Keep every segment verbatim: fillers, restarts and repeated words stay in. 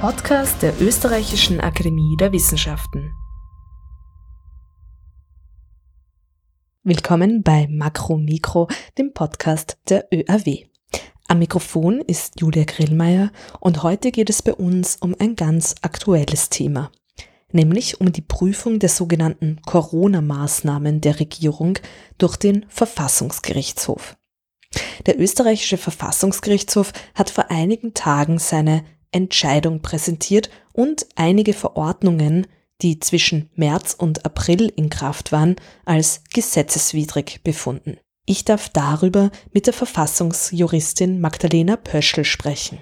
Podcast der Österreichischen Akademie der Wissenschaften. Willkommen bei Makro Mikro, dem Podcast der ÖAW. Am Mikrofon ist Julia Grillmeier und heute geht es bei uns um ein ganz aktuelles Thema, nämlich um die Prüfung der sogenannten Corona-Maßnahmen der Regierung durch den Verfassungsgerichtshof. Der österreichische Verfassungsgerichtshof hat vor einigen Tagen seine Entscheidung präsentiert und einige Verordnungen, die zwischen März und April in Kraft waren, als gesetzeswidrig befunden. Ich darf darüber mit der Verfassungsjuristin Magdalena Pöschl sprechen.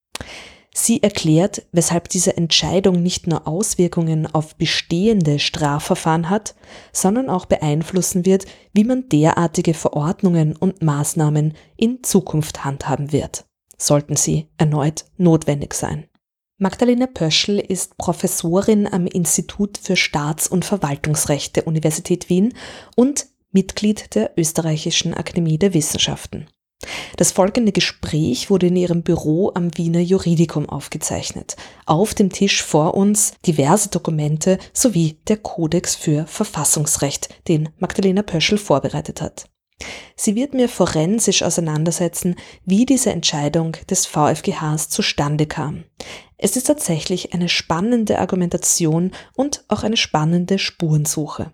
Sie erklärt, weshalb diese Entscheidung nicht nur Auswirkungen auf bestehende Strafverfahren hat, sondern auch beeinflussen wird, wie man derartige Verordnungen und Maßnahmen in Zukunft handhaben wird, sollten sie erneut notwendig sein. Magdalena Pöschl ist Professorin am Institut für Staats- und Verwaltungsrecht der Universität Wien und Mitglied der Österreichischen Akademie der Wissenschaften. Das folgende Gespräch wurde in ihrem Büro am Wiener Juridicum aufgezeichnet. Auf dem Tisch vor uns diverse Dokumente sowie der Kodex für Verfassungsrecht, den Magdalena Pöschl vorbereitet hat. Sie wird mir forensisch auseinandersetzen, wie diese Entscheidung des VfGHs zustande kam. Es ist tatsächlich eine spannende Argumentation und auch eine spannende Spurensuche.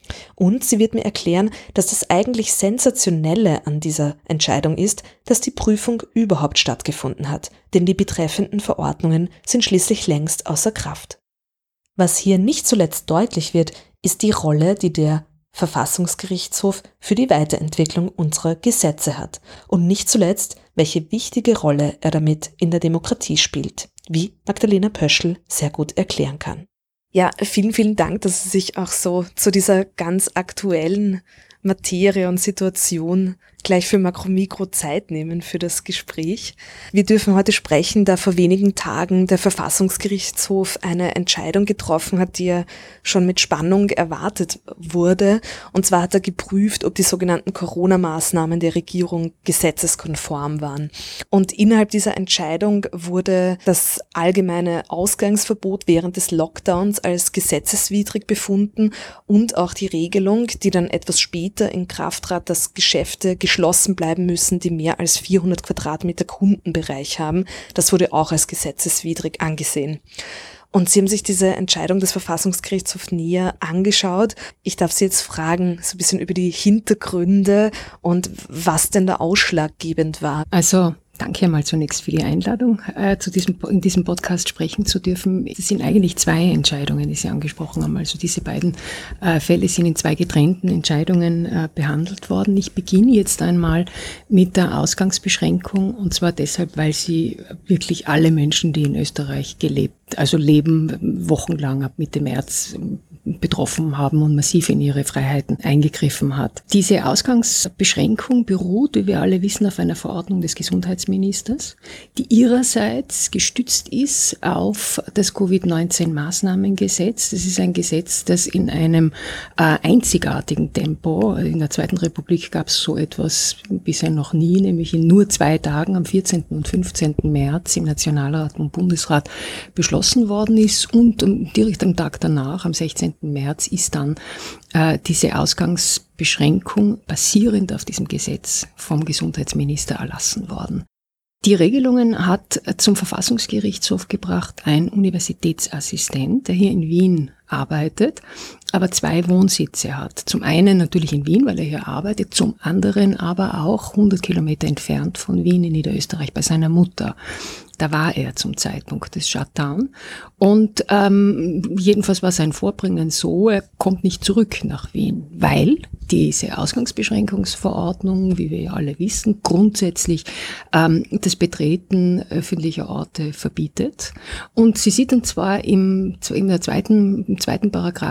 Und sie wird mir erklären, dass das eigentlich Sensationelle an dieser Entscheidung ist, dass die Prüfung überhaupt stattgefunden hat, denn die betreffenden Verordnungen sind schließlich längst außer Kraft. Was hier nicht zuletzt deutlich wird, ist die Rolle, die der Verfassungsgerichtshof für die Weiterentwicklung unserer Gesetze hat und nicht zuletzt, welche wichtige Rolle er damit in der Demokratie spielt, wie Magdalena Pöschl sehr gut erklären kann. Ja, vielen, vielen Dank, dass Sie sich auch so zu dieser ganz aktuellen Materie und Situation gleich für Makro-Mikro Zeit nehmen für das Gespräch. Wir dürfen heute sprechen, da vor wenigen Tagen der Verfassungsgerichtshof eine Entscheidung getroffen hat, die ja schon mit Spannung erwartet wurde. Und zwar hat er geprüft, ob die sogenannten Corona-Maßnahmen der Regierung gesetzeskonform waren. Und innerhalb dieser Entscheidung wurde das allgemeine Ausgangsverbot während des Lockdowns als gesetzeswidrig befunden und auch die Regelung, die dann etwas später in Kraft trat, dass Geschäfte geschlossen bleiben müssen, die mehr als vierhundert Quadratmeter Kundenbereich haben. Das wurde auch als gesetzeswidrig angesehen. Und Sie haben sich diese Entscheidung des Verfassungsgerichtshofs näher angeschaut. Ich darf Sie jetzt fragen, so ein bisschen über die Hintergründe und was denn da ausschlaggebend war. Also danke einmal zunächst für die Einladung, äh, zu diesem, in diesem Podcast sprechen zu dürfen. Es sind eigentlich zwei Entscheidungen, die Sie angesprochen haben. Also diese beiden äh, Fälle sind in zwei getrennten Entscheidungen äh, behandelt worden. Ich beginne jetzt einmal mit der Ausgangsbeschränkung und zwar deshalb, weil sie wirklich alle Menschen, die in Österreich gelebt, also leben, wochenlang ab Mitte März betroffen haben und massiv in ihre Freiheiten eingegriffen hat. Diese Ausgangsbeschränkung beruht, wie wir alle wissen, auf einer Verordnung des Gesundheitsministers, die ihrerseits gestützt ist auf das Covid neunzehn Maßnahmengesetz. Das ist ein Gesetz, das in einem äh, einzigartigen Tempo, in der Zweiten Republik gab es so etwas bisher noch nie, nämlich in nur zwei Tagen, am vierzehnten und fünfzehnten März im Nationalrat und Bundesrat beschlossen worden ist und um, direkt am Tag danach, am sechzehnten März, ist dann äh, diese Ausgangsbeschränkung basierend auf diesem Gesetz vom Gesundheitsminister erlassen worden. Die Regelungen hat zum Verfassungsgerichtshof gebracht ein Universitätsassistent, der hier in Wien arbeitet, aber zwei Wohnsitze hat. Zum einen natürlich in Wien, weil er hier arbeitet, zum anderen aber auch hundert Kilometer entfernt von Wien in Niederösterreich bei seiner Mutter. Da war er zum Zeitpunkt des Shutdown und ähm, jedenfalls war sein Vorbringen so, er kommt nicht zurück nach Wien, weil diese Ausgangsbeschränkungsverordnung, wie wir ja alle wissen, grundsätzlich ähm, das Betreten öffentlicher Orte verbietet. Und sie sieht dann zwar im, in der zweiten, im zweiten Paragraphen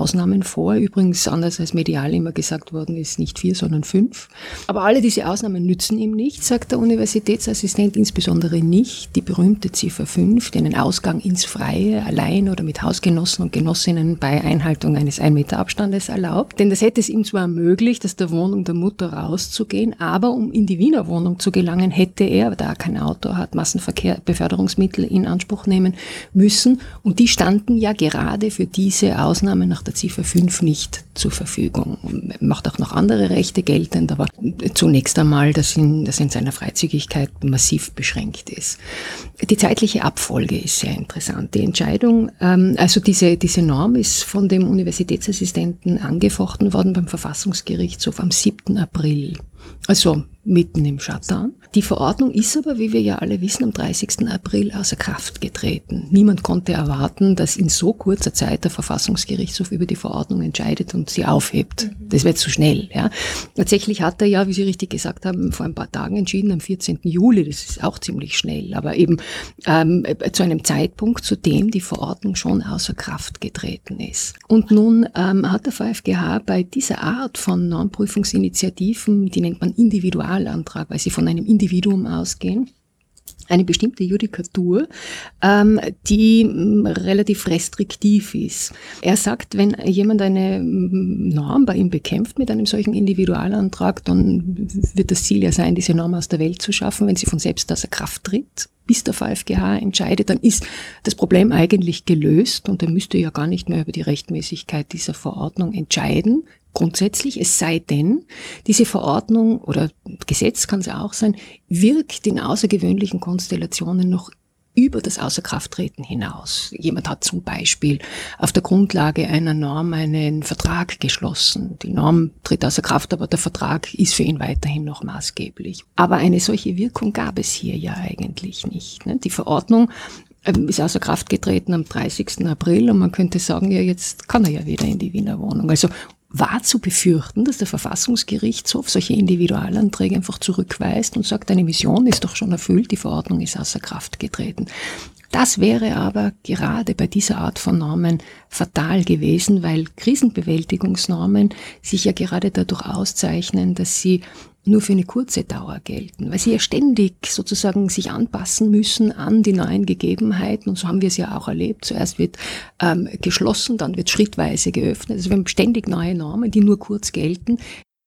Ausnahmen vor. Übrigens, anders als medial immer gesagt worden ist, nicht vier, sondern fünf. Aber alle diese Ausnahmen nützen ihm nicht, sagt der Universitätsassistent, insbesondere nicht die berühmte Ziffer fünf, die einen Ausgang ins Freie allein oder mit Hausgenossen und Genossinnen bei Einhaltung eines ein Meter Abstandes erlaubt. Denn das hätte es ihm zwar ermöglicht, aus der Wohnung der Mutter rauszugehen, aber um in die Wiener Wohnung zu gelangen, hätte er, da er kein Auto hat, Massenverkehr, Beförderungsmittel in Anspruch nehmen müssen. Und die standen ja gerade für diese Ausnahme nach der Ziffer fünf nicht zur Verfügung. Macht auch noch andere Rechte geltend, aber zunächst einmal, dass in, dass in seiner Freizügigkeit massiv beschränkt ist. Die zeitliche Abfolge ist sehr interessant. Die Entscheidung, ähm, also diese, diese Norm ist von dem Universitätsassistenten angefochten worden beim Verfassungsgerichtshof am siebten April. Also mitten im Shutdown. Die Verordnung ist aber, wie wir ja alle wissen, am dreißigsten April außer Kraft getreten. Niemand konnte erwarten, dass in so kurzer Zeit der Verfassungsgerichtshof über die Verordnung entscheidet und sie aufhebt. Das wäre zu schnell. Ja. Tatsächlich hat er ja, wie Sie richtig gesagt haben, vor ein paar Tagen entschieden, am vierzehnten Juli, das ist auch ziemlich schnell, aber eben ähm, zu einem Zeitpunkt, zu dem die Verordnung schon außer Kraft getreten ist. Und nun ähm, hat der VfGH bei dieser Art von Normprüfungsinitiativen, die nennt man Individualantrag, weil sie von einem Individuum ausgehen, eine bestimmte Judikatur, ähm, die m, relativ restriktiv ist. Er sagt, wenn jemand eine m, Norm bei ihm bekämpft mit einem solchen Individualantrag, dann wird das Ziel ja sein, diese Norm aus der Welt zu schaffen. Wenn sie von selbst außer Kraft tritt, bis der VfGH entscheidet, dann ist das Problem eigentlich gelöst und er müsste ja gar nicht mehr über die Rechtmäßigkeit dieser Verordnung entscheiden. Grundsätzlich, es sei denn, diese Verordnung oder Gesetz kann es auch sein, wirkt in außergewöhnlichen Konstellationen noch über das Außerkrafttreten hinaus. Jemand hat zum Beispiel auf der Grundlage einer Norm einen Vertrag geschlossen. Die Norm tritt außer Kraft, aber der Vertrag ist für ihn weiterhin noch maßgeblich. Aber eine solche Wirkung gab es hier ja eigentlich nicht. Die Verordnung ist außer Kraft getreten am dreißigsten April und man könnte sagen, ja, jetzt kann er ja wieder in die Wiener Wohnung. Also war zu befürchten, dass der Verfassungsgerichtshof solche Individualanträge einfach zurückweist und sagt, eine Mission ist doch schon erfüllt, die Verordnung ist außer Kraft getreten. Das wäre aber gerade bei dieser Art von Normen fatal gewesen, weil Krisenbewältigungsnormen sich ja gerade dadurch auszeichnen, dass sie nur für eine kurze Dauer gelten, weil sie ja ständig sozusagen sich anpassen müssen an die neuen Gegebenheiten und so haben wir es ja auch erlebt. Zuerst wird ähm, geschlossen, dann wird schrittweise geöffnet. Also wir haben ständig neue Normen, die nur kurz gelten,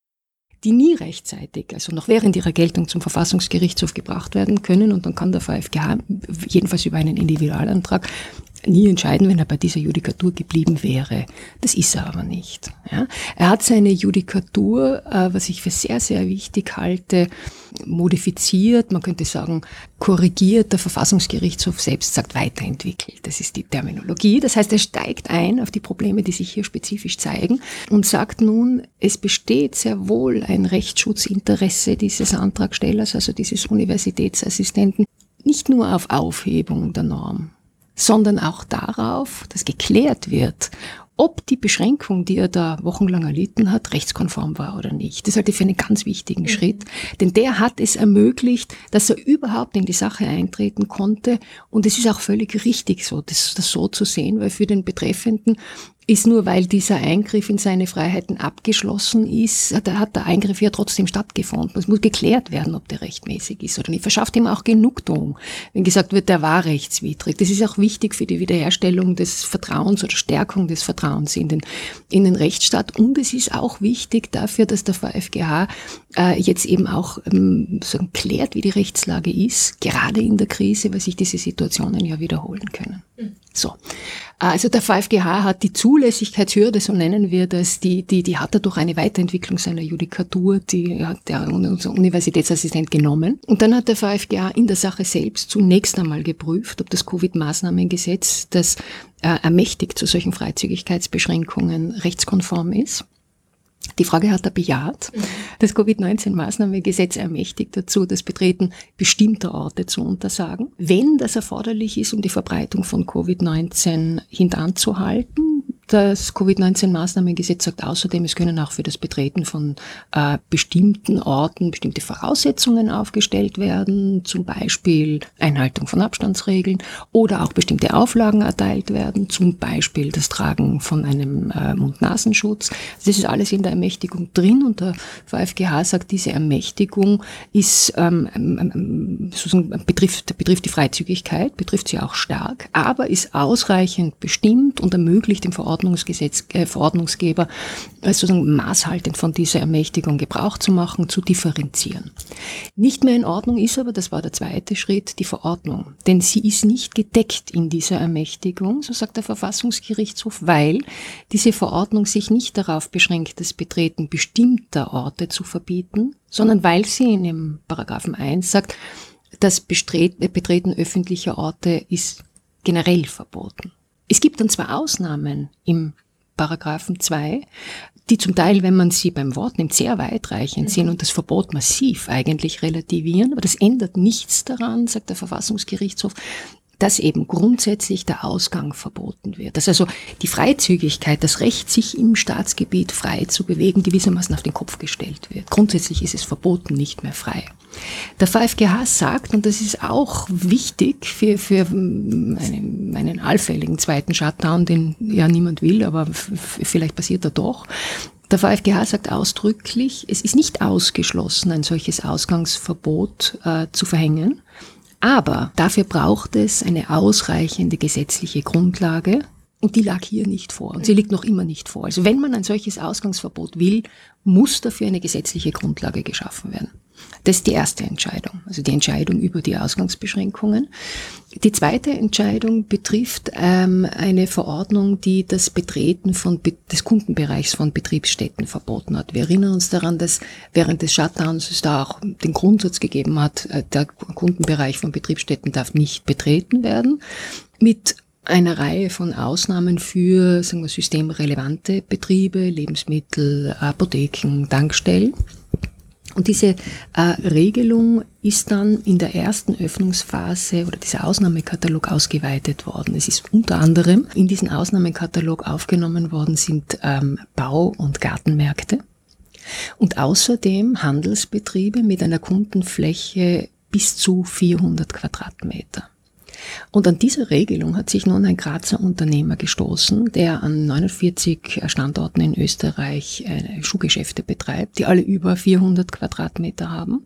die nie rechtzeitig, also noch während ihrer Geltung zum Verfassungsgerichtshof gebracht werden können und dann kann der VfGH jedenfalls über einen Individualantrag nie entscheiden, wenn er bei dieser Judikatur geblieben wäre. Das ist er aber nicht. Ja. Er hat seine Judikatur, äh, was ich für sehr, sehr wichtig halte, modifiziert, man könnte sagen korrigiert. Der Verfassungsgerichtshof selbst sagt weiterentwickelt. Das ist die Terminologie. Das heißt, er steigt ein auf die Probleme, die sich hier spezifisch zeigen und sagt nun, es besteht sehr wohl ein Rechtsschutzinteresse dieses Antragstellers, also dieses Universitätsassistenten, nicht nur auf Aufhebung der Norm, sondern auch darauf, dass geklärt wird, ob die Beschränkung, die er da wochenlang erlitten hat, rechtskonform war oder nicht. Das halte ich für einen ganz wichtigen mhm. Schritt, denn der hat es ermöglicht, dass er überhaupt in die Sache eintreten konnte und es ist auch völlig richtig so, das, das so zu sehen, weil für den Betreffenden ist nur, weil dieser Eingriff in seine Freiheiten abgeschlossen ist, da hat der Eingriff ja trotzdem stattgefunden. Es muss geklärt werden, ob der rechtmäßig ist oder nicht. Verschafft ihm auch Genugtuung, wenn gesagt wird, der war rechtswidrig. Das ist auch wichtig für die Wiederherstellung des Vertrauens oder Stärkung des Vertrauens in den, in den Rechtsstaat. Und es ist auch wichtig dafür, dass der VfGH äh, jetzt eben auch ähm, so klärt, wie die Rechtslage ist, gerade in der Krise, weil sich diese Situationen ja wiederholen können. Mhm. So. Also der VfGH hat die Zulässigkeitshürde, so nennen wir das, die, die, die hat er durch eine Weiterentwicklung seiner Judikatur, die hat der unser Universitätsassistent genommen. Und dann hat der VfGH in der Sache selbst zunächst einmal geprüft, ob das Covid-Maßnahmengesetz, das äh, ermächtigt zu solchen Freizügigkeitsbeschränkungen, rechtskonform ist. Die Frage hat er bejaht. Das Covid neunzehn Maßnahmengesetz ermächtigt dazu, das Betreten bestimmter Orte zu untersagen, wenn das erforderlich ist, um die Verbreitung von Covid neunzehn hintanzuhalten. Das Covid neunzehn Maßnahmengesetz sagt außerdem, es können auch für das Betreten von äh, bestimmten Orten bestimmte Voraussetzungen aufgestellt werden, zum Beispiel Einhaltung von Abstandsregeln oder auch bestimmte Auflagen erteilt werden, zum Beispiel das Tragen von einem äh, Mund-Nasenschutz. Das ist alles in der Ermächtigung drin und der VfGH sagt, diese Ermächtigung ist ähm, ähm, sozusagen betrifft, betrifft die Freizügigkeit, betrifft sie auch stark, aber ist ausreichend bestimmt und ermöglicht dem Verordnungsgesetz, äh, Verordnungsgeber äh, sozusagen maßhaltend von dieser Ermächtigung Gebrauch zu machen, zu differenzieren. Nicht mehr in Ordnung ist aber, das war der zweite Schritt, die Verordnung. Denn sie ist nicht gedeckt in dieser Ermächtigung, so sagt der Verfassungsgerichtshof, weil diese Verordnung sich nicht darauf beschränkt, das Betreten bestimmter Orte zu verbieten, sondern weil sie in dem Paragraphen eins sagt, das Betreten öffentlicher Orte ist generell verboten. Es gibt dann zwar Ausnahmen im Paragraphen zwei, die zum Teil, wenn man sie beim Wort nimmt, sehr weitreichend sind und das Verbot massiv eigentlich relativieren, aber das ändert nichts daran, sagt der Verfassungsgerichtshof, dass eben grundsätzlich der Ausgang verboten wird. Dass also die Freizügigkeit, das Recht, sich im Staatsgebiet frei zu bewegen, gewissermaßen auf den Kopf gestellt wird. Grundsätzlich ist es verboten, nicht mehr frei. Der VfGH sagt, und das ist auch wichtig für, für einen, einen allfälligen zweiten Shutdown, den ja niemand will, aber f- vielleicht passiert er doch. Der VfGH sagt ausdrücklich, es ist nicht ausgeschlossen, ein solches Ausgangsverbot äh, zu verhängen. Aber dafür braucht es eine ausreichende gesetzliche Grundlage und die lag hier nicht vor und sie liegt noch immer nicht vor. Also wenn man ein solches Ausgangsverbot will, muss dafür eine gesetzliche Grundlage geschaffen werden. Das ist die erste Entscheidung, also die Entscheidung über die Ausgangsbeschränkungen. Die zweite Entscheidung betrifft ähm, eine Verordnung, die das Betreten von Be- des Kundenbereichs von Betriebsstätten verboten hat. Wir erinnern uns daran, dass während des Shutdowns es da auch den Grundsatz gegeben hat, äh, der Kundenbereich von Betriebsstätten darf nicht betreten werden, mit einer Reihe von Ausnahmen für, sagen wir, systemrelevante Betriebe, Lebensmittel, Apotheken, Tankstellen. Und diese äh, Regelung ist dann in der ersten Öffnungsphase oder dieser Ausnahmekatalog ausgeweitet worden. Es ist unter anderem in diesen Ausnahmekatalog aufgenommen worden sind ähm, Bau- und Gartenmärkte und außerdem Handelsbetriebe mit einer Kundenfläche bis zu vierhundert Quadratmeter. Und an dieser Regelung hat sich nun ein Grazer Unternehmer gestoßen, der an neunundvierzig Standorten in Österreich Schuhgeschäfte betreibt, die alle über vierhundert Quadratmeter haben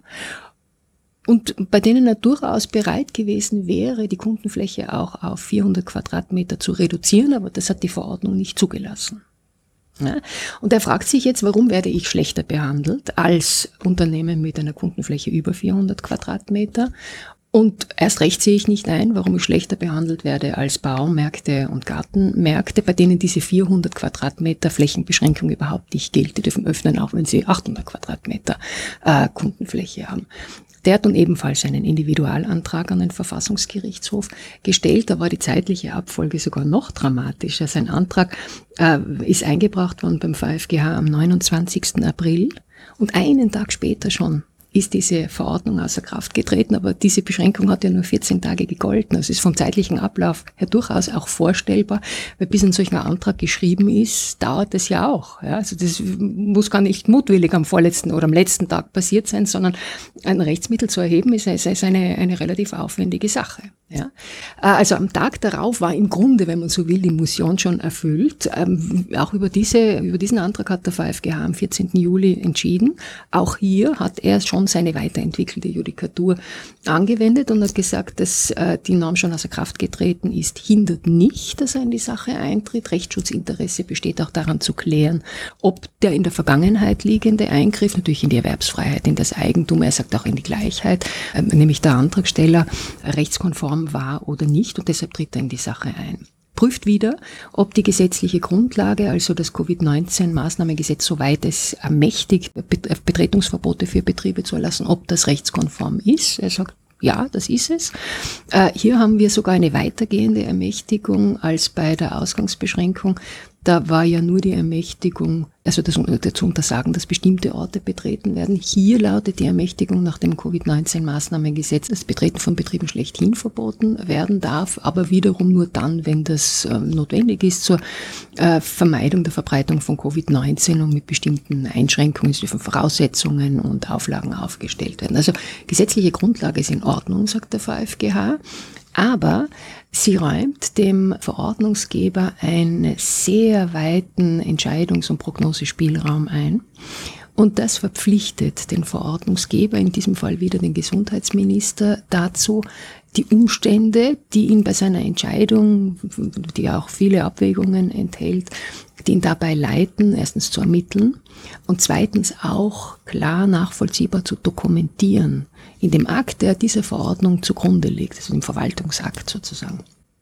und bei denen er durchaus bereit gewesen wäre, die Kundenfläche auch auf vierhundert Quadratmeter zu reduzieren, aber das hat die Verordnung nicht zugelassen. Ja, und er fragt sich jetzt, warum werde ich schlechter behandelt als Unternehmen mit einer Kundenfläche über vierhundert Quadratmeter? Und erst recht sehe ich nicht ein, warum ich schlechter behandelt werde als Baumärkte und Gartenmärkte, bei denen diese vierhundert Quadratmeter Flächenbeschränkung überhaupt nicht gilt. Die dürfen öffnen, auch wenn sie achthundert Quadratmeter äh, Kundenfläche haben. Der hat nun ebenfalls einen Individualantrag an den Verfassungsgerichtshof gestellt. Da war die zeitliche Abfolge sogar noch dramatischer. Sein Antrag äh, ist eingebracht worden beim VfGH am neunundzwanzigsten April und einen Tag später schon ist diese Verordnung außer Kraft getreten, aber diese Beschränkung hat ja nur vierzehn Tage gegolten. Also es ist vom zeitlichen Ablauf her durchaus auch vorstellbar, weil bis ein solcher Antrag geschrieben ist, dauert es ja auch. Ja, also das muss gar nicht mutwillig am vorletzten oder am letzten Tag passiert sein, sondern ein Rechtsmittel zu erheben ist, ist eine, eine relativ aufwendige Sache. Ja, also am Tag darauf war im Grunde, wenn man so will, die Mission schon erfüllt. Ähm, auch über diese, über diesen Antrag hat der VfGH am vierzehnten Juli entschieden. Auch hier hat er schon seine weiterentwickelte Judikatur angewendet und hat gesagt, dass äh, die Norm schon außer Kraft getreten ist, hindert nicht, dass er in die Sache eintritt. Rechtsschutzinteresse besteht auch daran zu klären, ob der in der Vergangenheit liegende Eingriff, natürlich in die Erwerbsfreiheit, in das Eigentum, er sagt auch in die Gleichheit, äh, nämlich der Antragsteller rechtskonform war oder nicht und deshalb tritt er in die Sache ein. Prüft wieder, ob die gesetzliche Grundlage, also das Covid neunzehn Maßnahmengesetz, soweit es ermächtigt, Betretungsverbote für Betriebe zu erlassen, ob das rechtskonform ist. Er sagt, ja, das ist es. Äh, hier haben wir sogar eine weitergehende Ermächtigung als bei der Ausgangsbeschränkung. Da war ja nur die Ermächtigung, also das, das zu untersagen, dass bestimmte Orte betreten werden. Hier lautet die Ermächtigung nach dem Covid neunzehn Maßnahmengesetz, dass Betreten von Betrieben schlechthin verboten werden darf, aber wiederum nur dann, wenn das äh, notwendig ist zur äh, Vermeidung der Verbreitung von Covid neunzehn und mit bestimmten Einschränkungen, es dürfen Voraussetzungen und Auflagen aufgestellt werden. Also gesetzliche Grundlage ist in Ordnung, sagt der VfGH. Aber sie räumt dem Verordnungsgeber einen sehr weiten Entscheidungs- und Prognosespielraum ein. Und das verpflichtet den Verordnungsgeber, in diesem Fall wieder den Gesundheitsminister, dazu, die Umstände, die ihn bei seiner Entscheidung, die auch viele Abwägungen enthält, die ihn dabei leiten, erstens zu ermitteln und zweitens auch klar nachvollziehbar zu dokumentieren in dem Akt, der dieser Verordnung zugrunde liegt, also im Verwaltungsakt sozusagen.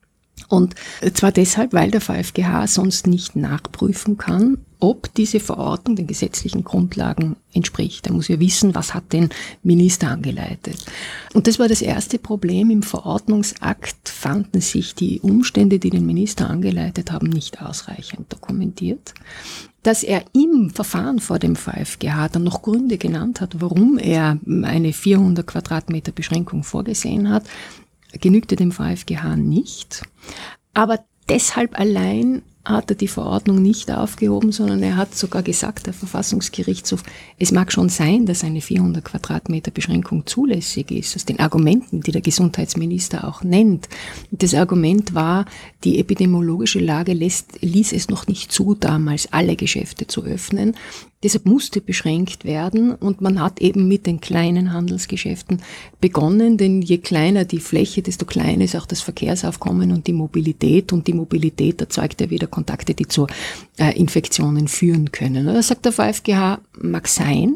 Und zwar deshalb, weil der VfGH sonst nicht nachprüfen kann, ob diese Verordnung den gesetzlichen Grundlagen entspricht. Er muss ja wissen, was hat den Minister angeleitet. Und das war das erste Problem. Im Verordnungsakt fanden sich die Umstände, die den Minister angeleitet haben, nicht ausreichend dokumentiert. Dass er im Verfahren vor dem VfGH dann noch Gründe genannt hat, warum er eine vierhundert Quadratmeter Beschränkung vorgesehen hat, genügte dem VfGH nicht. Aber deshalb allein hat er die Verordnung nicht aufgehoben, sondern er hat sogar gesagt, der Verfassungsgerichtshof, es mag schon sein, dass eine vierhundert Quadratmeter Beschränkung zulässig ist, aus den Argumenten, die der Gesundheitsminister auch nennt. Das Argument war, die epidemiologische Lage lässt, ließ es noch nicht zu, damals alle Geschäfte zu öffnen. Deshalb musste beschränkt werden und man hat eben mit den kleinen Handelsgeschäften begonnen, denn je kleiner die Fläche, desto kleiner ist auch das Verkehrsaufkommen und die Mobilität und die Mobilität erzeugt ja wieder Kontakte, die zu äh, Infektionen führen können. Da sagt der VfGH, mag sein,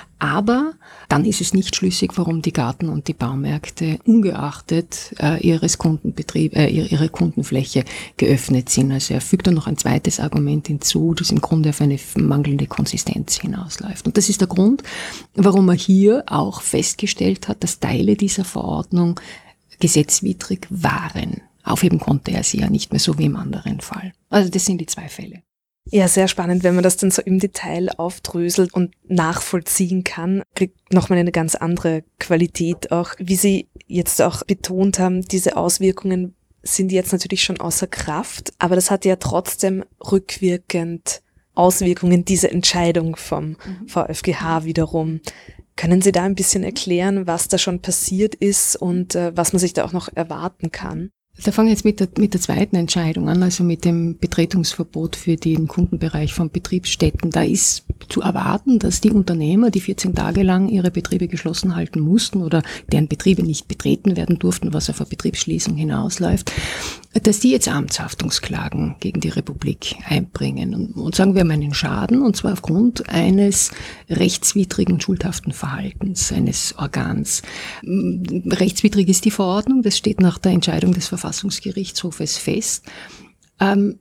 aber dann ist es nicht schlüssig, warum die Garten- und die Baumärkte ungeachtet äh, ihres Kundenbetrieb, äh, ihre Kundenfläche geöffnet sind. Also er fügt dann noch ein zweites Argument hinzu, das im Grunde auf eine mangelnde Konsistenz hinausläuft. Und das ist der Grund, warum er hier auch festgestellt hat, dass Teile dieser Verordnung gesetzwidrig waren. Aufheben konnte er sie ja nicht mehr, so wie im anderen Fall. Also das sind die zwei Fälle. Ja, sehr spannend, wenn man das dann so im Detail aufdröselt und nachvollziehen kann, kriegt nochmal eine ganz andere Qualität auch. Wie Sie jetzt auch betont haben, diese Auswirkungen sind jetzt natürlich schon außer Kraft, aber das hat ja trotzdem rückwirkend Auswirkungen, diese Entscheidung vom mhm. VfGH wiederum. Können Sie da ein bisschen erklären, was da schon passiert ist und äh, was man sich da auch noch erwarten kann? Da fangen wir jetzt mit der, mit der zweiten Entscheidung an, also mit dem Betretungsverbot für den Kundenbereich von Betriebsstätten. Da ist zu erwarten, dass die Unternehmer, die vierzehn Tage lang ihre Betriebe geschlossen halten mussten oder deren Betriebe nicht betreten werden durften, was auf eine Betriebsschließung hinausläuft, dass die jetzt Amtshaftungsklagen gegen die Republik einbringen und, und sagen, wir haben einen Schaden, und zwar aufgrund eines rechtswidrigen und schuldhaften Verhaltens eines Organs. Rechtswidrig ist die Verordnung, das steht nach der Entscheidung des Verfassungsgerichtshofes fest. Ähm,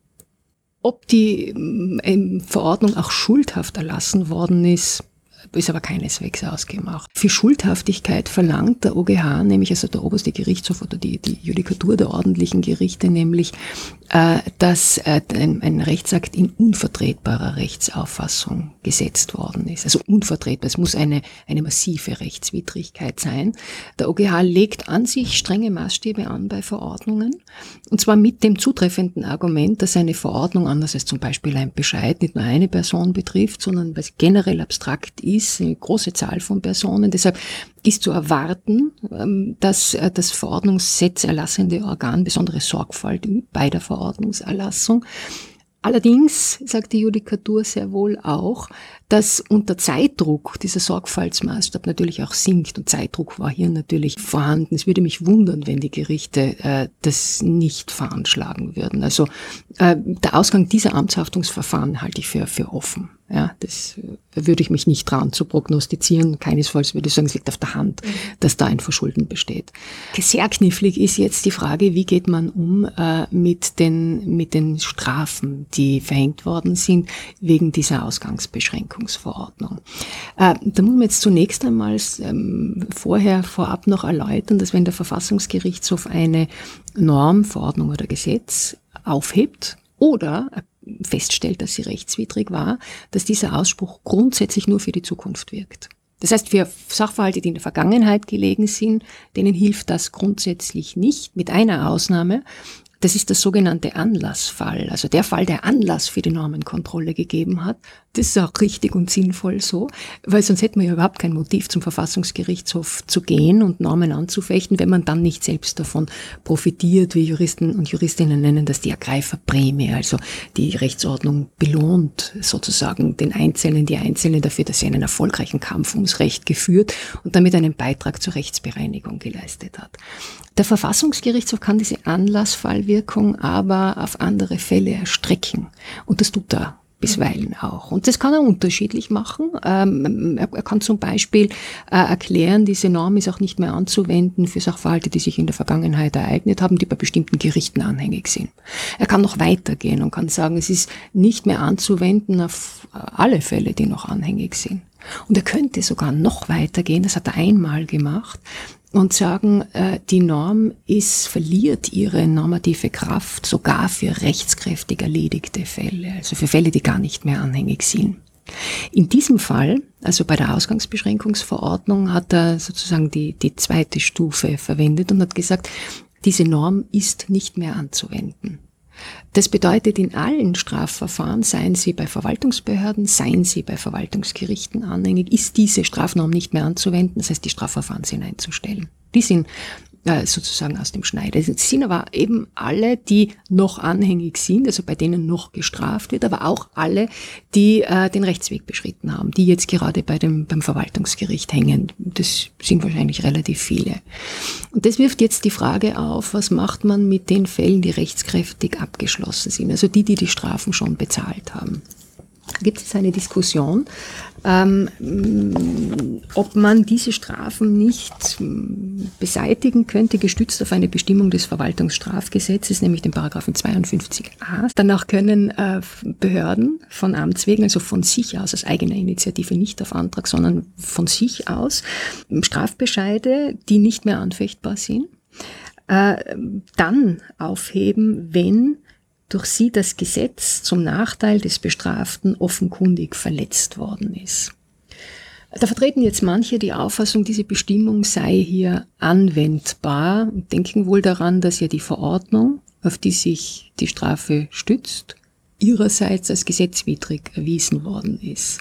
ob die ähm, Verordnung auch schuldhaft erlassen worden ist, ist aber keineswegs ausgemacht. Für Schuldhaftigkeit verlangt der O G H, nämlich also der oberste Gerichtshof oder die, die Judikatur der ordentlichen Gerichte, nämlich, äh, dass äh, ein, ein Rechtsakt in unvertretbarer Rechtsauffassung gesetzt worden ist. Also unvertretbar, es muss eine, eine massive Rechtswidrigkeit sein. Der O G H legt an sich strenge Maßstäbe an bei Verordnungen, und zwar mit dem zutreffenden Argument, dass eine Verordnung, anders als zum Beispiel ein Bescheid, nicht nur eine Person betrifft, sondern weil es generell abstrakt ist, eine große Zahl von Personen. Deshalb ist zu erwarten, dass das verordnungssetzerlassende Organ besondere Sorgfalt übt bei der Verordnungserlassung. Allerdings sagt die Judikatur sehr wohl auch, dass unter Zeitdruck dieser Sorgfaltsmaßstab natürlich auch sinkt, und Zeitdruck war hier natürlich vorhanden. Es würde mich wundern, wenn die Gerichte äh, das nicht veranschlagen würden. Also äh, der Ausgang dieser Amtshaftungsverfahren halte ich für, für offen. Ja, das äh, würde ich mich nicht trauen zu prognostizieren. Keinesfalls würde ich sagen, es liegt auf der Hand, dass da ein Verschulden besteht. Sehr knifflig ist jetzt die Frage, wie geht man um äh, mit den, mit den Strafen, die verhängt worden sind wegen dieser Ausgangsbeschränkungsverordnung. Äh, da muss man jetzt zunächst einmal ähm, vorher vorab noch erläutern, dass wenn der Verfassungsgerichtshof eine Norm, Verordnung oder Gesetz aufhebt oder feststellt, dass sie rechtswidrig war, dass dieser Ausspruch grundsätzlich nur für die Zukunft wirkt. Das heißt, für Sachverhalte, die in der Vergangenheit gelegen sind, denen hilft das grundsätzlich nicht, mit einer Ausnahme. Das ist der sogenannte Anlassfall, also der Fall, der Anlass für die Normenkontrolle gegeben hat. Das ist auch richtig und sinnvoll so, weil sonst hätte man ja überhaupt kein Motiv, zum Verfassungsgerichtshof zu gehen und Normen anzufechten, wenn man dann nicht selbst davon profitiert, wie Juristen und Juristinnen nennen das die Ergreiferprämie, also die Rechtsordnung belohnt sozusagen den Einzelnen, die Einzelne dafür, dass sie einen erfolgreichen Kampf ums Recht geführt und damit einen Beitrag zur Rechtsbereinigung geleistet hat. Der Verfassungsgerichtshof kann diese Anlassfallwirkung aber auf andere Fälle erstrecken. Und das tut er bisweilen auch. Und das kann er unterschiedlich machen. Ähm, er, er kann zum Beispiel äh, erklären, diese Norm ist auch nicht mehr anzuwenden für Sachverhalte, die sich in der Vergangenheit ereignet haben, die bei bestimmten Gerichten anhängig sind. Er kann noch weitergehen und kann sagen, es ist nicht mehr anzuwenden auf alle Fälle, die noch anhängig sind. Und er könnte sogar noch weitergehen, das hat er einmal gemacht, und sagen, äh, die Norm ist, verliert ihre normative Kraft sogar für rechtskräftig erledigte Fälle, also für Fälle, die gar nicht mehr anhängig sind. In diesem Fall, also bei der Ausgangsbeschränkungsverordnung, hat er sozusagen die, die zweite Stufe verwendet und hat gesagt, diese Norm ist nicht mehr anzuwenden. Das bedeutet, in allen Strafverfahren, seien sie bei Verwaltungsbehörden, seien sie bei Verwaltungsgerichten anhängig, ist diese Strafnorm nicht mehr anzuwenden, das heißt, die Strafverfahren sind einzustellen. Die sind äh, sozusagen aus dem Schneider. Es sind aber eben alle, die noch anhängig sind, also bei denen noch gestraft wird, aber auch alle, die äh, den Rechtsweg beschritten haben, die jetzt gerade bei dem beim Verwaltungsgericht hängen. Das sind wahrscheinlich relativ viele. Und das wirft jetzt die Frage auf, was macht man mit den Fällen, die rechtskräftig abgeschlossen sind, also die, die die Strafen schon bezahlt haben. Da gibt es eine Diskussion, ähm, ob man diese Strafen nicht beseitigen könnte, gestützt auf eine Bestimmung des Verwaltungsstrafgesetzes, nämlich den Paragraphen zweiundfünfzig a. Danach können äh, Behörden von Amts wegen, also von sich aus, aus eigener Initiative, nicht auf Antrag, sondern von sich aus, Strafbescheide, die nicht mehr anfechtbar sind, äh, dann aufheben, wenn durch sie das Gesetz zum Nachteil des Bestraften offenkundig verletzt worden ist. Da vertreten jetzt manche die Auffassung, diese Bestimmung sei hier anwendbar und denken wohl daran, dass ja die Verordnung, auf die sich die Strafe stützt, ihrerseits als gesetzwidrig erwiesen worden ist.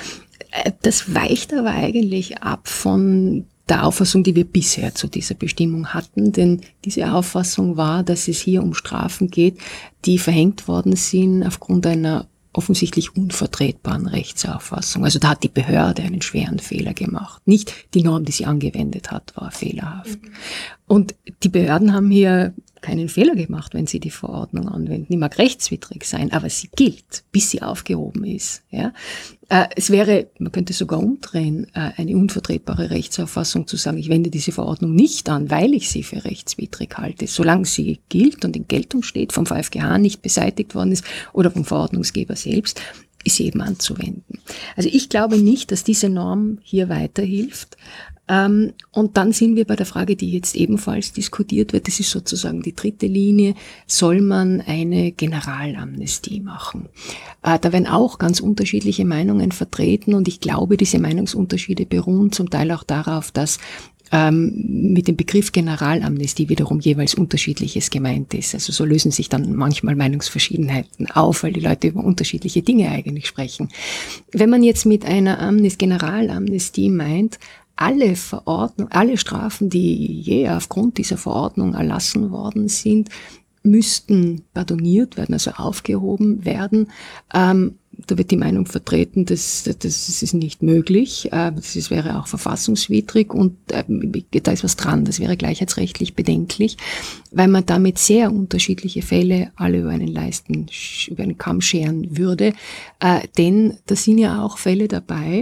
Das weicht aber eigentlich ab von der Auffassung, die wir bisher zu dieser Bestimmung hatten, denn diese Auffassung war, dass es hier um Strafen geht, die verhängt worden sind aufgrund einer offensichtlich unvertretbaren Rechtsauffassung. Also da hat die Behörde einen schweren Fehler gemacht. Nicht die Norm, die sie angewendet hat, war fehlerhaft. Mhm. Und die Behörden haben hier keinen Fehler gemacht, wenn sie die Verordnung anwenden. Die mag rechtswidrig sein, aber sie gilt, bis sie aufgehoben ist. Ja? Äh, es wäre, man könnte sogar umdrehen, äh, eine unvertretbare Rechtsauffassung zu sagen, ich wende diese Verordnung nicht an, weil ich sie für rechtswidrig halte. Solange sie gilt und in Geltung steht, vom V f G H nicht beseitigt worden ist oder vom Verordnungsgeber selbst, ist sie eben anzuwenden. Also ich glaube nicht, dass diese Norm hier weiterhilft. Ähm, und dann sind wir bei der Frage, die jetzt ebenfalls diskutiert wird, das ist sozusagen die dritte Linie, soll man eine Generalamnestie machen? Äh, da werden auch ganz unterschiedliche Meinungen vertreten und ich glaube, diese Meinungsunterschiede beruhen zum Teil auch darauf, dass ähm, mit dem Begriff Generalamnestie wiederum jeweils Unterschiedliches gemeint ist. Also so lösen sich dann manchmal Meinungsverschiedenheiten auf, weil die Leute über unterschiedliche Dinge eigentlich sprechen. Wenn man jetzt mit einer Amnest- Generalamnestie meint, alle Verordnungen, alle Strafen, die je aufgrund dieser Verordnung erlassen worden sind, müssten pardoniert werden, also aufgehoben werden. Ähm, da wird die Meinung vertreten, dass das ist nicht möglich. Äh, das wäre auch verfassungswidrig und äh, da ist was dran. Das wäre gleichheitsrechtlich bedenklich, weil man damit sehr unterschiedliche Fälle alle über einen Leisten, über einen Kamm scheren würde. Äh, denn da sind ja auch Fälle dabei,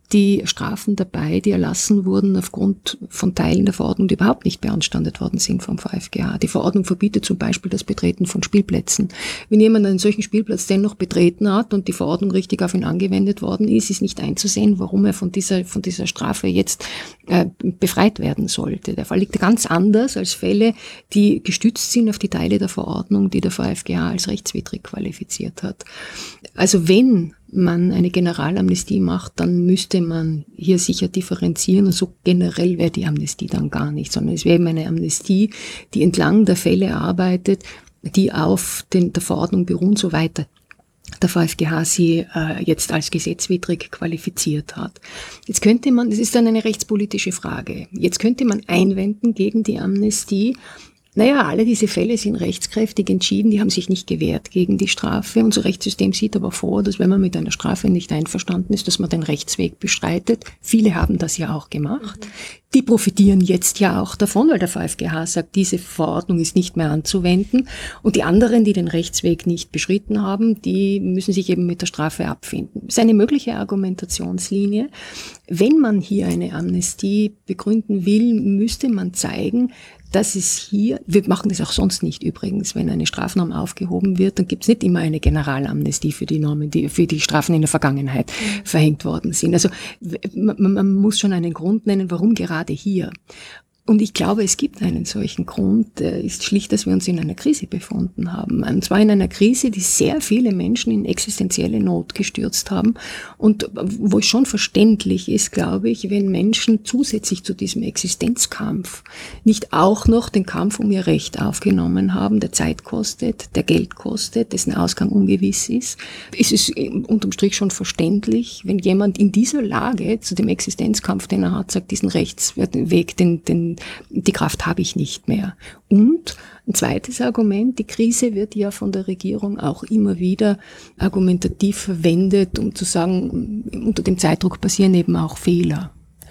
die Strafen dabei, die erlassen wurden aufgrund von Teilen der Verordnung, die überhaupt nicht beanstandet worden sind vom VfGH. Die Verordnung verbietet zum Beispiel das Betreten von Spielplätzen. Wenn jemand einen solchen Spielplatz dennoch betreten hat und die Verordnung richtig auf ihn angewendet worden ist, ist nicht einzusehen, warum er von dieser, von dieser Strafe jetzt äh, befreit werden sollte. Der Fall liegt ganz anders als Fälle, die gestützt sind auf die Teile der Verordnung, die der VfGH als rechtswidrig qualifiziert hat. Also wenn man eine Generalamnestie macht, dann müsste man hier sicher differenzieren und so generell wäre die Amnestie dann gar nicht, sondern es wäre eben eine Amnestie, die entlang der Fälle arbeitet, die auf den, der Verordnung beruhen, so weiter der VfGH sie äh, jetzt als gesetzwidrig qualifiziert hat. Jetzt könnte man, das ist dann eine rechtspolitische Frage, jetzt könnte man einwenden gegen die Amnestie, naja, alle diese Fälle sind rechtskräftig entschieden, die haben sich nicht gewehrt gegen die Strafe. Unser Rechtssystem sieht aber vor, dass wenn man mit einer Strafe nicht einverstanden ist, dass man den Rechtsweg bestreitet. Viele haben das ja auch gemacht. Die profitieren jetzt ja auch davon, weil der VfGH sagt, diese Verordnung ist nicht mehr anzuwenden. Und die anderen, die den Rechtsweg nicht beschritten haben, die müssen sich eben mit der Strafe abfinden. Das ist eine mögliche Argumentationslinie. Wenn man hier eine Amnestie begründen will, müsste man zeigen, dass es hier, wir machen das auch sonst nicht übrigens, wenn eine Strafnorm aufgehoben wird, dann gibt es nicht immer eine Generalamnestie für die Normen, die für die Strafen in der Vergangenheit mhm. verhängt worden sind. Also man, man muss schon einen Grund nennen, warum gerade hier. Und ich glaube, es gibt einen solchen Grund, der ist schlicht, dass wir uns in einer Krise befunden haben. Und zwar in einer Krise, die sehr viele Menschen in existenzielle Not gestürzt haben und wo es schon verständlich ist, glaube ich, wenn Menschen zusätzlich zu diesem Existenzkampf nicht auch noch den Kampf um ihr Recht aufgenommen haben, der Zeit kostet, der Geld kostet, dessen Ausgang ungewiss ist. Es ist unterm Strich schon verständlich, wenn jemand in dieser Lage zu dem Existenzkampf, den er hat, sagt, diesen Rechtsweg, den, den die Kraft habe ich nicht mehr. Und ein zweites Argument, die Krise wird ja von der Regierung auch immer wieder argumentativ verwendet, um zu sagen, unter dem Zeitdruck passieren eben auch Fehler.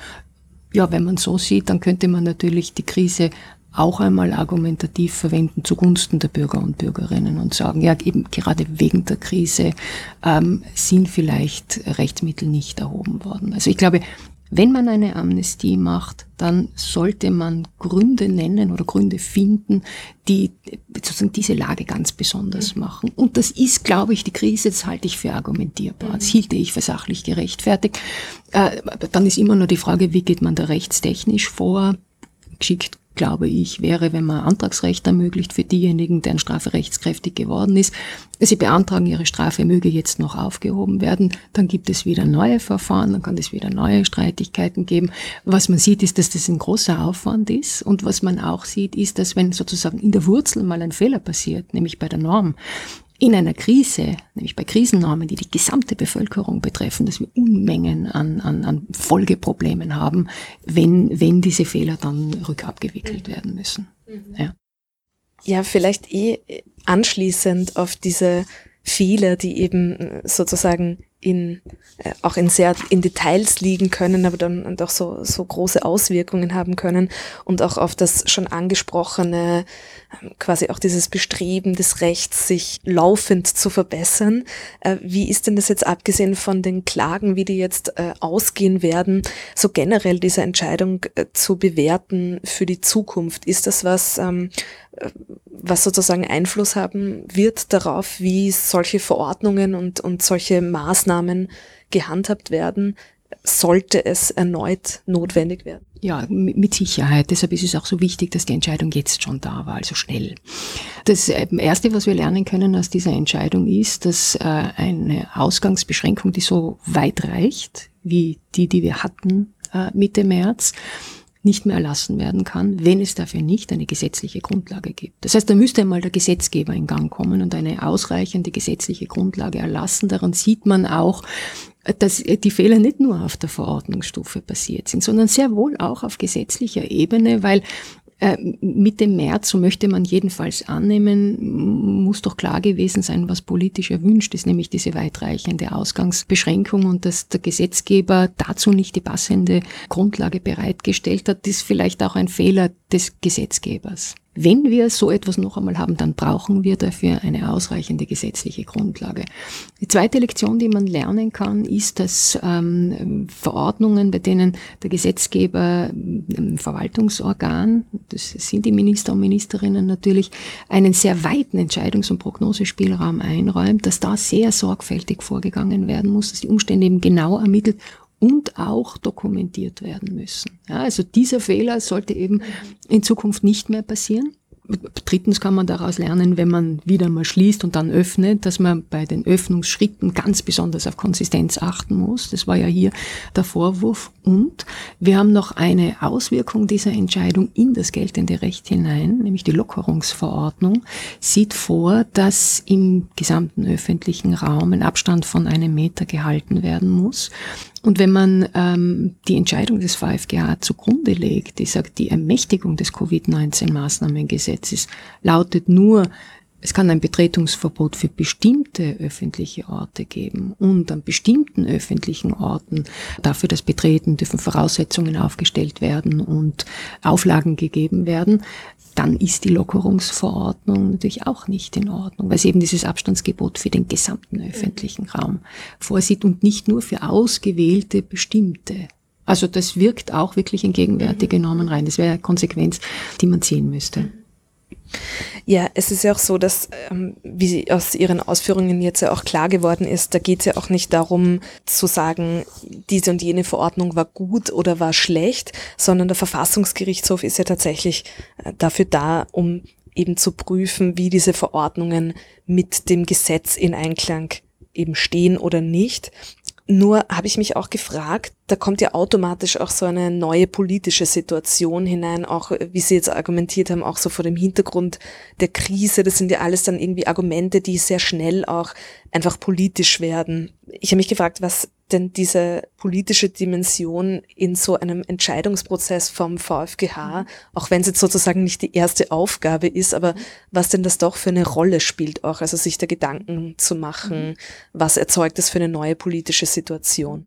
Ja, wenn man so sieht, dann könnte man natürlich die Krise auch einmal argumentativ verwenden zugunsten der Bürger und Bürgerinnen und sagen, ja, eben gerade wegen der Krise ähm, sind vielleicht Rechtsmittel nicht erhoben worden. Also ich glaube, wenn man eine Amnestie macht, dann sollte man Gründe nennen oder Gründe finden, die sozusagen diese Lage ganz besonders machen. Und das ist, glaube ich, die Krise, das halte ich für argumentierbar. Das hielte ich für sachlich gerechtfertigt. Äh, dann ist immer nur die Frage, wie geht man da rechtstechnisch vor? Geschickt, glaube ich, wäre, wenn man Antragsrecht ermöglicht für diejenigen, deren Strafe rechtskräftig geworden ist. Sie beantragen, ihre Strafe möge jetzt noch aufgehoben werden. Dann gibt es wieder neue Verfahren, dann kann es wieder neue Streitigkeiten geben. Was man sieht, ist, dass das ein großer Aufwand ist. Und was man auch sieht, ist, dass wenn sozusagen in der Wurzel mal ein Fehler passiert, nämlich bei der Norm, in einer Krise, nämlich bei Krisennormen, die die gesamte Bevölkerung betreffen, dass wir Unmengen an, an, an Folgeproblemen haben, wenn, wenn diese Fehler dann rückabgewickelt werden müssen. Mhm. Ja. Ja, vielleicht eh anschließend auf diese Fehler, die eben sozusagen in, äh, auch in sehr, in Details liegen können, aber dann und auch so, so große Auswirkungen haben können und auch auf das schon angesprochene, äh, quasi auch dieses Bestreben des Rechts, sich laufend zu verbessern. Äh, wie ist denn das jetzt abgesehen von den Klagen, wie die jetzt äh, ausgehen werden, so generell diese Entscheidung äh, zu bewerten für die Zukunft? Ist das was, ähm, was sozusagen Einfluss haben wird darauf, wie solche Verordnungen und, und solche Maßnahmen gehandhabt werden, sollte es erneut notwendig werden? Ja, mit Sicherheit. Deshalb ist es auch so wichtig, dass die Entscheidung jetzt schon da war, also schnell. Das Erste, was wir lernen können aus dieser Entscheidung ist, dass eine Ausgangsbeschränkung, die so weit reicht, wie die, die wir hatten Mitte März, nicht mehr erlassen werden kann, wenn es dafür nicht eine gesetzliche Grundlage gibt. Das heißt, da müsste einmal der Gesetzgeber in Gang kommen und eine ausreichende gesetzliche Grundlage erlassen. Daran sieht man auch, dass die Fehler nicht nur auf der Verordnungsstufe passiert sind, sondern sehr wohl auch auf gesetzlicher Ebene, weil äh, Mitte März, so möchte man jedenfalls annehmen, muss doch klar gewesen sein, was politisch erwünscht ist, nämlich diese weitreichende Ausgangsbeschränkung, und dass der Gesetzgeber dazu nicht die passende Grundlage bereitgestellt hat, ist vielleicht auch ein Fehler des Gesetzgebers. Wenn wir so etwas noch einmal haben, dann brauchen wir dafür eine ausreichende gesetzliche Grundlage. Die zweite Lektion, die man lernen kann, ist, dass ähm, Verordnungen, bei denen der Gesetzgeber im Verwaltungsorgan, das sind die Minister und Ministerinnen natürlich, einen sehr weiten Entscheidungs- und Prognosespielraum einräumt, dass da sehr sorgfältig vorgegangen werden muss, dass die Umstände eben genau ermittelt und auch dokumentiert werden müssen. Ja, also dieser Fehler sollte eben in Zukunft nicht mehr passieren. Drittens kann man daraus lernen, wenn man wieder mal schließt und dann öffnet, dass man bei den Öffnungsschritten ganz besonders auf Konsistenz achten muss. Das war ja hier der Vorwurf. Und wir haben noch eine Auswirkung dieser Entscheidung in das geltende Recht hinein, nämlich die Lockerungsverordnung sieht vor, dass im gesamten öffentlichen Raum ein Abstand von einem Meter gehalten werden muss. Und wenn man ähm, die Entscheidung des V f G H zugrunde legt, die sagt, die Ermächtigung des Covid neunzehn Maßnahmengesetzes lautet nur, es kann ein Betretungsverbot für bestimmte öffentliche Orte geben und an bestimmten öffentlichen Orten dafür das Betreten dürfen Voraussetzungen aufgestellt werden und Auflagen gegeben werden, dann ist die Lockerungsverordnung natürlich auch nicht in Ordnung, weil sie eben dieses Abstandsgebot für den gesamten öffentlichen Raum vorsieht und nicht nur für ausgewählte bestimmte. Also das wirkt auch wirklich in gegenwärtige Normen rein. Das wäre eine Konsequenz, die man ziehen müsste. Ja, es ist ja auch so, dass, ähm, wie Sie aus Ihren Ausführungen jetzt ja auch klar geworden ist, da geht es ja auch nicht darum zu sagen, diese und jene Verordnung war gut oder war schlecht, sondern der Verfassungsgerichtshof ist ja tatsächlich äh, dafür da, um eben zu prüfen, wie diese Verordnungen mit dem Gesetz in Einklang eben stehen oder nicht. Nur habe ich mich auch gefragt, da kommt ja automatisch auch so eine neue politische Situation hinein, auch wie Sie jetzt argumentiert haben, auch so vor dem Hintergrund der Krise. Das sind ja alles dann irgendwie Argumente, die sehr schnell auch einfach politisch werden. Ich habe mich gefragt, was denn diese politische Dimension in so einem Entscheidungsprozess vom V f G H, auch wenn es jetzt sozusagen nicht die erste Aufgabe ist, aber was denn das doch für eine Rolle spielt auch, also sich da Gedanken zu machen, was erzeugt das für eine neue politische Situation?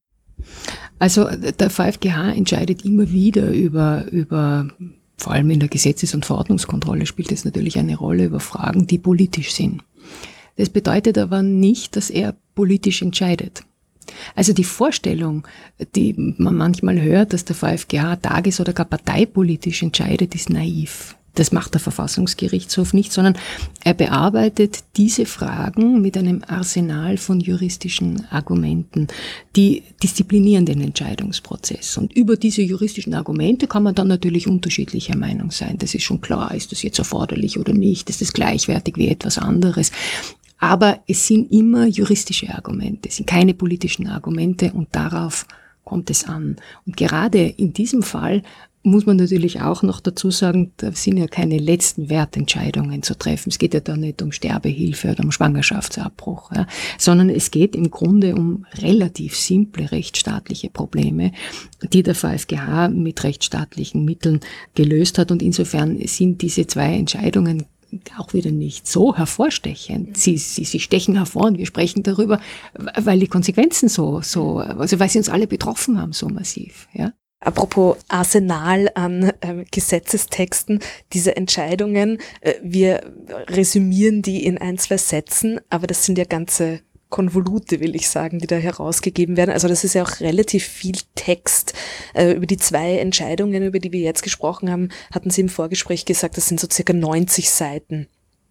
Also der V f G H entscheidet immer wieder über, über, vor allem in der Gesetzes- und Verordnungskontrolle spielt es natürlich eine Rolle über Fragen, die politisch sind. Das bedeutet aber nicht, dass er politisch entscheidet. Also die Vorstellung, die man manchmal hört, dass der V f G H tages- oder gar parteipolitisch entscheidet, ist naiv. Das macht der Verfassungsgerichtshof nicht, sondern er bearbeitet diese Fragen mit einem Arsenal von juristischen Argumenten, die disziplinieren den Entscheidungsprozess. Und über diese juristischen Argumente kann man dann natürlich unterschiedlicher Meinung sein. Das ist schon klar, ist das jetzt erforderlich oder nicht, ist das gleichwertig wie etwas anderes. Aber es sind immer juristische Argumente, es sind keine politischen Argumente und darauf kommt es an. Und gerade in diesem Fall muss man natürlich auch noch dazu sagen, da sind ja keine letzten Wertentscheidungen zu treffen. Es geht ja da nicht um Sterbehilfe oder um Schwangerschaftsabbruch, ja, sondern es geht im Grunde um relativ simple rechtsstaatliche Probleme, die der V f G H mit rechtsstaatlichen Mitteln gelöst hat. Und insofern sind diese zwei Entscheidungen auch wieder nicht so hervorstechend. Sie, sie, sie stechen hervor und wir sprechen darüber, weil die Konsequenzen so, so, also weil sie uns alle betroffen haben, so massiv, ja. Apropos Arsenal an äh, Gesetzestexten, diese Entscheidungen, äh, wir resümieren die in ein, zwei Sätzen, aber das sind ja ganze Konvolute, will ich sagen, die da herausgegeben werden. Also das ist ja auch relativ viel Text. Äh, über die zwei Entscheidungen, über die wir jetzt gesprochen haben, hatten Sie im Vorgespräch gesagt, das sind so circa neunzig Seiten.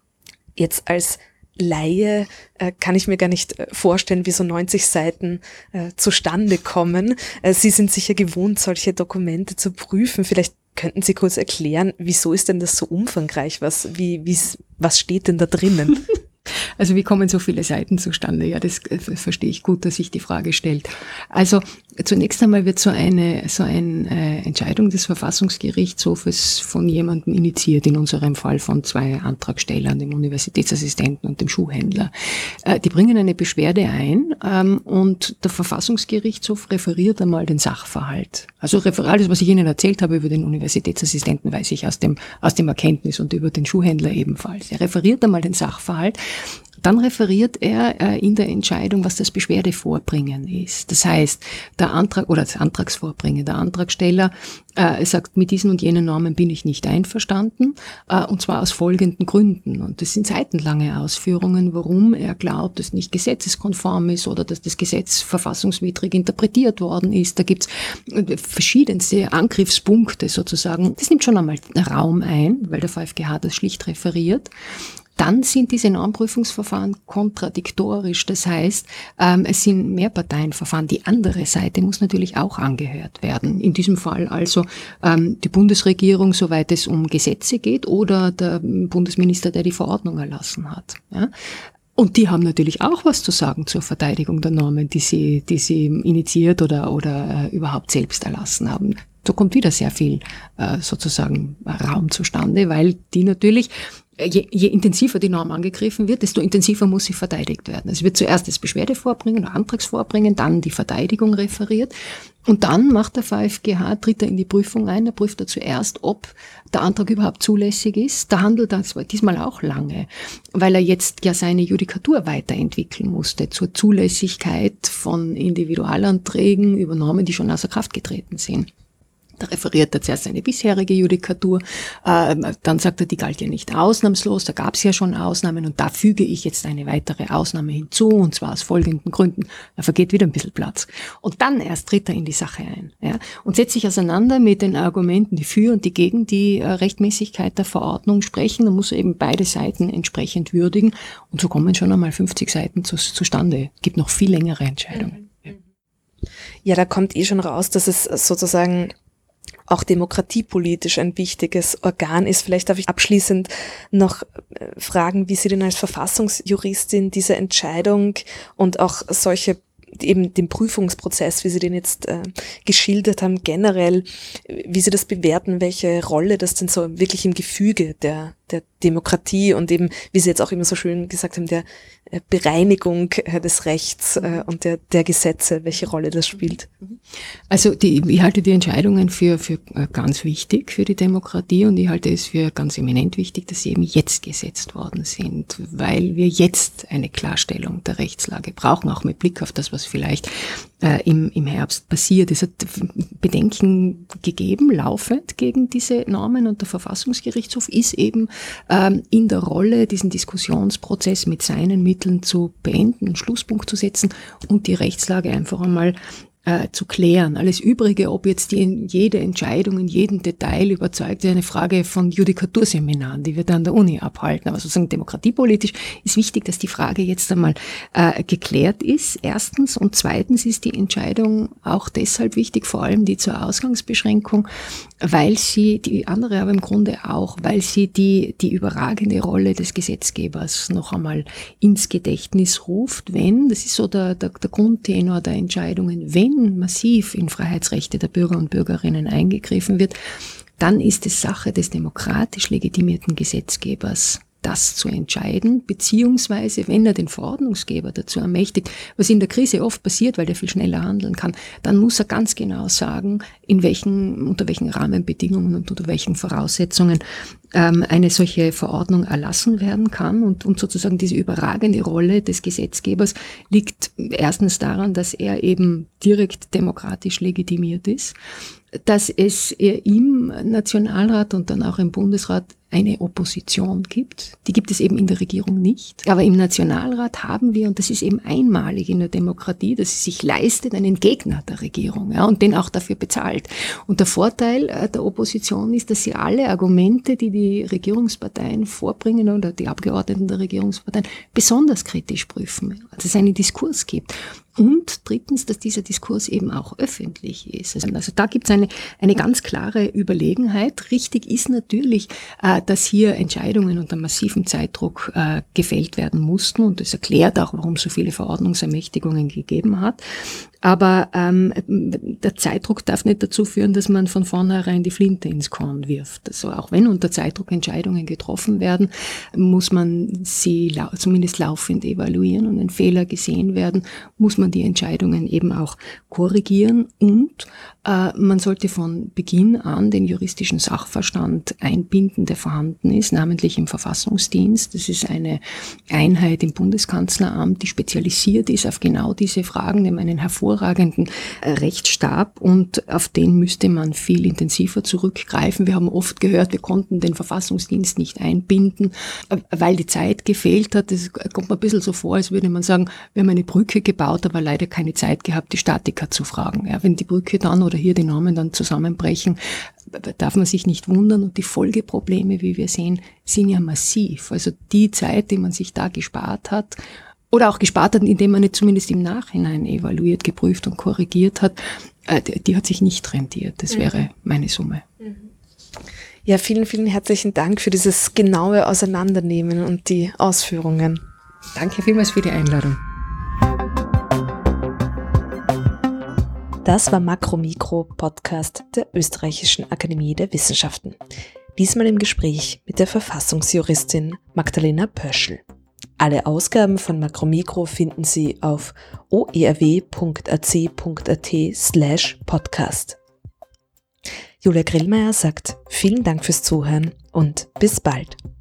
Jetzt als Laie äh, kann ich mir gar nicht äh, vorstellen, wie so neunzig Seiten äh, zustande kommen. Äh, Sie sind sicher gewohnt, solche Dokumente zu prüfen. Vielleicht könnten Sie kurz erklären, wieso ist denn das so umfangreich? Was, wie, wie, was steht denn da drinnen? Also wie kommen so viele Seiten zustande? Ja, das äh, verstehe ich gut, dass sich die Frage stellt. Also zunächst einmal wird so eine so eine äh, Entscheidung des Verfassungsgerichtshofes von jemandem initiiert, in unserem Fall von zwei Antragstellern, dem Universitätsassistenten und dem Schuhhändler. Äh, die bringen eine Beschwerde ein ähm, und der Verfassungsgerichtshof referiert einmal den Sachverhalt. Also alles, was ich Ihnen erzählt habe über den Universitätsassistenten, weiß ich aus dem aus dem Erkenntnis und über den Schuhhändler ebenfalls. Er referiert einmal den Sachverhalt. Dann referiert er äh, in der Entscheidung, was das Beschwerdevorbringen ist. Das heißt, der Antrag oder das Antragsvorbringen, der Antragsteller äh, sagt, mit diesen und jenen Normen bin ich nicht einverstanden, äh, und zwar aus folgenden Gründen. Und das sind seitenlange Ausführungen, warum er glaubt, dass nicht gesetzeskonform ist oder dass das Gesetz verfassungswidrig interpretiert worden ist. Da gibt's verschiedenste Angriffspunkte sozusagen. Das nimmt schon einmal Raum ein, weil der VfGH das schlicht referiert. Dann sind diese Normprüfungsverfahren kontradiktorisch. Das heißt, ähm, es sind Mehrparteienverfahren. Die andere Seite muss natürlich auch angehört werden. In diesem Fall also ähm, die Bundesregierung, soweit es um Gesetze geht, oder der Bundesminister, der die Verordnung erlassen hat. Ja? Und die haben natürlich auch was zu sagen zur Verteidigung der Normen, die sie, die sie initiiert oder, oder äh, überhaupt selbst erlassen haben. So kommt wieder sehr viel äh, sozusagen Raum zustande, weil die natürlich, je, je intensiver die Norm angegriffen wird, desto intensiver muss sie verteidigt werden. Es wird zuerst das Beschwerdevorbringen oder Antragsvorbringen, dann die Verteidigung referiert und dann macht der VfGH, tritt er in die Prüfung ein, da prüft er zuerst, ob der Antrag überhaupt zulässig ist. Da handelt er diesmal auch lange, weil er jetzt ja seine Judikatur weiterentwickeln musste zur Zulässigkeit von Individualanträgen über Normen, die schon außer Kraft getreten sind. Da referiert er zuerst seine bisherige Judikatur, äh, dann sagt er, die galt ja nicht ausnahmslos, da gab es ja schon Ausnahmen und da füge ich jetzt eine weitere Ausnahme hinzu und zwar aus folgenden Gründen. Da vergeht wieder ein bisschen Platz. Und dann erst tritt er in die Sache ein, ja, und setzt sich auseinander mit den Argumenten, die für und die gegen die äh, Rechtmäßigkeit der Verordnung sprechen. Da muss er eben beide Seiten entsprechend würdigen und so kommen schon einmal fünfzig Seiten zu, zustande. Es gibt noch viel längere Entscheidungen. Ja. Ja, da kommt eh schon raus, dass es sozusagen auch demokratiepolitisch ein wichtiges Organ ist. Vielleicht darf ich abschließend noch fragen, wie Sie denn als Verfassungsjuristin diese Entscheidung und auch solche, eben den Prüfungsprozess, wie Sie den jetzt äh, geschildert haben, generell, wie Sie das bewerten, welche Rolle das denn so wirklich im Gefüge der, der Demokratie und eben, wie Sie jetzt auch immer so schön gesagt haben, der äh, Bereinigung äh, des Rechts äh, und der, der Gesetze, welche Rolle das spielt. Also die, ich halte die Entscheidungen für, für ganz wichtig für die Demokratie und ich halte es für ganz eminent wichtig, dass sie eben jetzt gesetzt worden sind, weil wir jetzt eine Klarstellung der Rechtslage brauchen, auch mit Blick auf das, was vielleicht äh, im, im Herbst passiert. Es hat Bedenken gegeben, laufend gegen diese Normen und der Verfassungsgerichtshof ist eben ähm, in der Rolle, diesen Diskussionsprozess mit seinen Mitteln zu beenden, einen Schlusspunkt zu setzen und die Rechtslage einfach einmal Äh, zu klären. Alles Übrige, ob jetzt die, jede Entscheidung in jedem Detail überzeugt, ist eine Frage von Judikaturseminaren, die wir da an der Uni abhalten. Aber sozusagen demokratiepolitisch ist wichtig, dass die Frage jetzt einmal äh, geklärt ist, erstens. Und zweitens ist die Entscheidung auch deshalb wichtig, vor allem die zur Ausgangsbeschränkung, weil sie, die andere aber im Grunde auch, weil sie die, die überragende Rolle des Gesetzgebers noch einmal ins Gedächtnis ruft, wenn, das ist so der, der, der Grundtenor der Entscheidungen, wenn massiv in Freiheitsrechte der Bürger und Bürgerinnen eingegriffen wird, dann ist es Sache des demokratisch legitimierten Gesetzgebers, das zu entscheiden, beziehungsweise wenn er den Verordnungsgeber dazu ermächtigt, was in der Krise oft passiert, weil der viel schneller handeln kann, dann muss er ganz genau sagen, in welchen, unter welchen Rahmenbedingungen und unter welchen Voraussetzungen ähm, eine solche Verordnung erlassen werden kann. Und, und sozusagen diese überragende Rolle des Gesetzgebers liegt erstens daran, dass er eben direkt demokratisch legitimiert ist, dass es im Nationalrat und dann auch im Bundesrat eine Opposition gibt. Die gibt es eben in der Regierung nicht. Aber im Nationalrat haben wir, und das ist eben einmalig in der Demokratie, dass es sich leistet, einen Gegner der Regierung, ja, und den auch dafür bezahlt. Und der Vorteil der Opposition ist, dass sie alle Argumente, die die Regierungsparteien vorbringen oder die Abgeordneten der Regierungsparteien besonders kritisch prüfen, dass es einen Diskurs gibt. Und drittens, dass dieser Diskurs eben auch öffentlich ist. Also da gibt es eine, eine ganz klare Überlegenheit. Richtig ist natürlich, äh, dass hier Entscheidungen unter massivem Zeitdruck äh, gefällt werden mussten. Und das erklärt auch, warum es so viele Verordnungsermächtigungen gegeben hat. Aber ähm, der Zeitdruck darf nicht dazu führen, dass man von vornherein die Flinte ins Korn wirft. Also auch wenn unter Zeitdruck Entscheidungen getroffen werden, muss man sie lau- zumindest laufend evaluieren, und wenn Fehler gesehen werden, muss man die Entscheidungen eben auch korrigieren, und äh, man sollte von Beginn an den juristischen Sachverstand einbinden, der vorhanden ist, namentlich im Verfassungsdienst. Das ist eine Einheit im Bundeskanzleramt, die spezialisiert ist auf genau diese Fragen, die haben einen hervorragenden äh, Rechtsstab, und auf den müsste man viel intensiver zurückgreifen. Wir haben oft gehört, wir konnten den Verfassungsdienst nicht einbinden, äh, weil die Zeit gefehlt hat. Das kommt mir ein bisschen so vor, als würde man sagen, wir haben eine Brücke gebaut, aber leider keine Zeit gehabt, die Statiker zu fragen. Ja, wenn die Brücke dann oder hier die Normen dann zusammenbrechen, darf man sich nicht wundern, und die Folgeprobleme, wie wir sehen, sind ja massiv. Also die Zeit, die man sich da gespart hat, oder auch gespart hat, indem man nicht zumindest im Nachhinein evaluiert, geprüft und korrigiert hat, äh, die, die hat sich nicht rentiert. Das mhm. wäre meine Summe. Ja, vielen, vielen herzlichen Dank für dieses genaue Auseinandernehmen und die Ausführungen. Danke vielmals für die Einladung. Das war Makro-Mikro-Podcast der Österreichischen Akademie der Wissenschaften. Diesmal im Gespräch mit der Verfassungsjuristin Magdalena Pöschl. Alle Ausgaben von Makro-Mikro finden Sie auf oerw.ac.at slash podcast. Julia Grillmeier sagt vielen Dank fürs Zuhören und bis bald.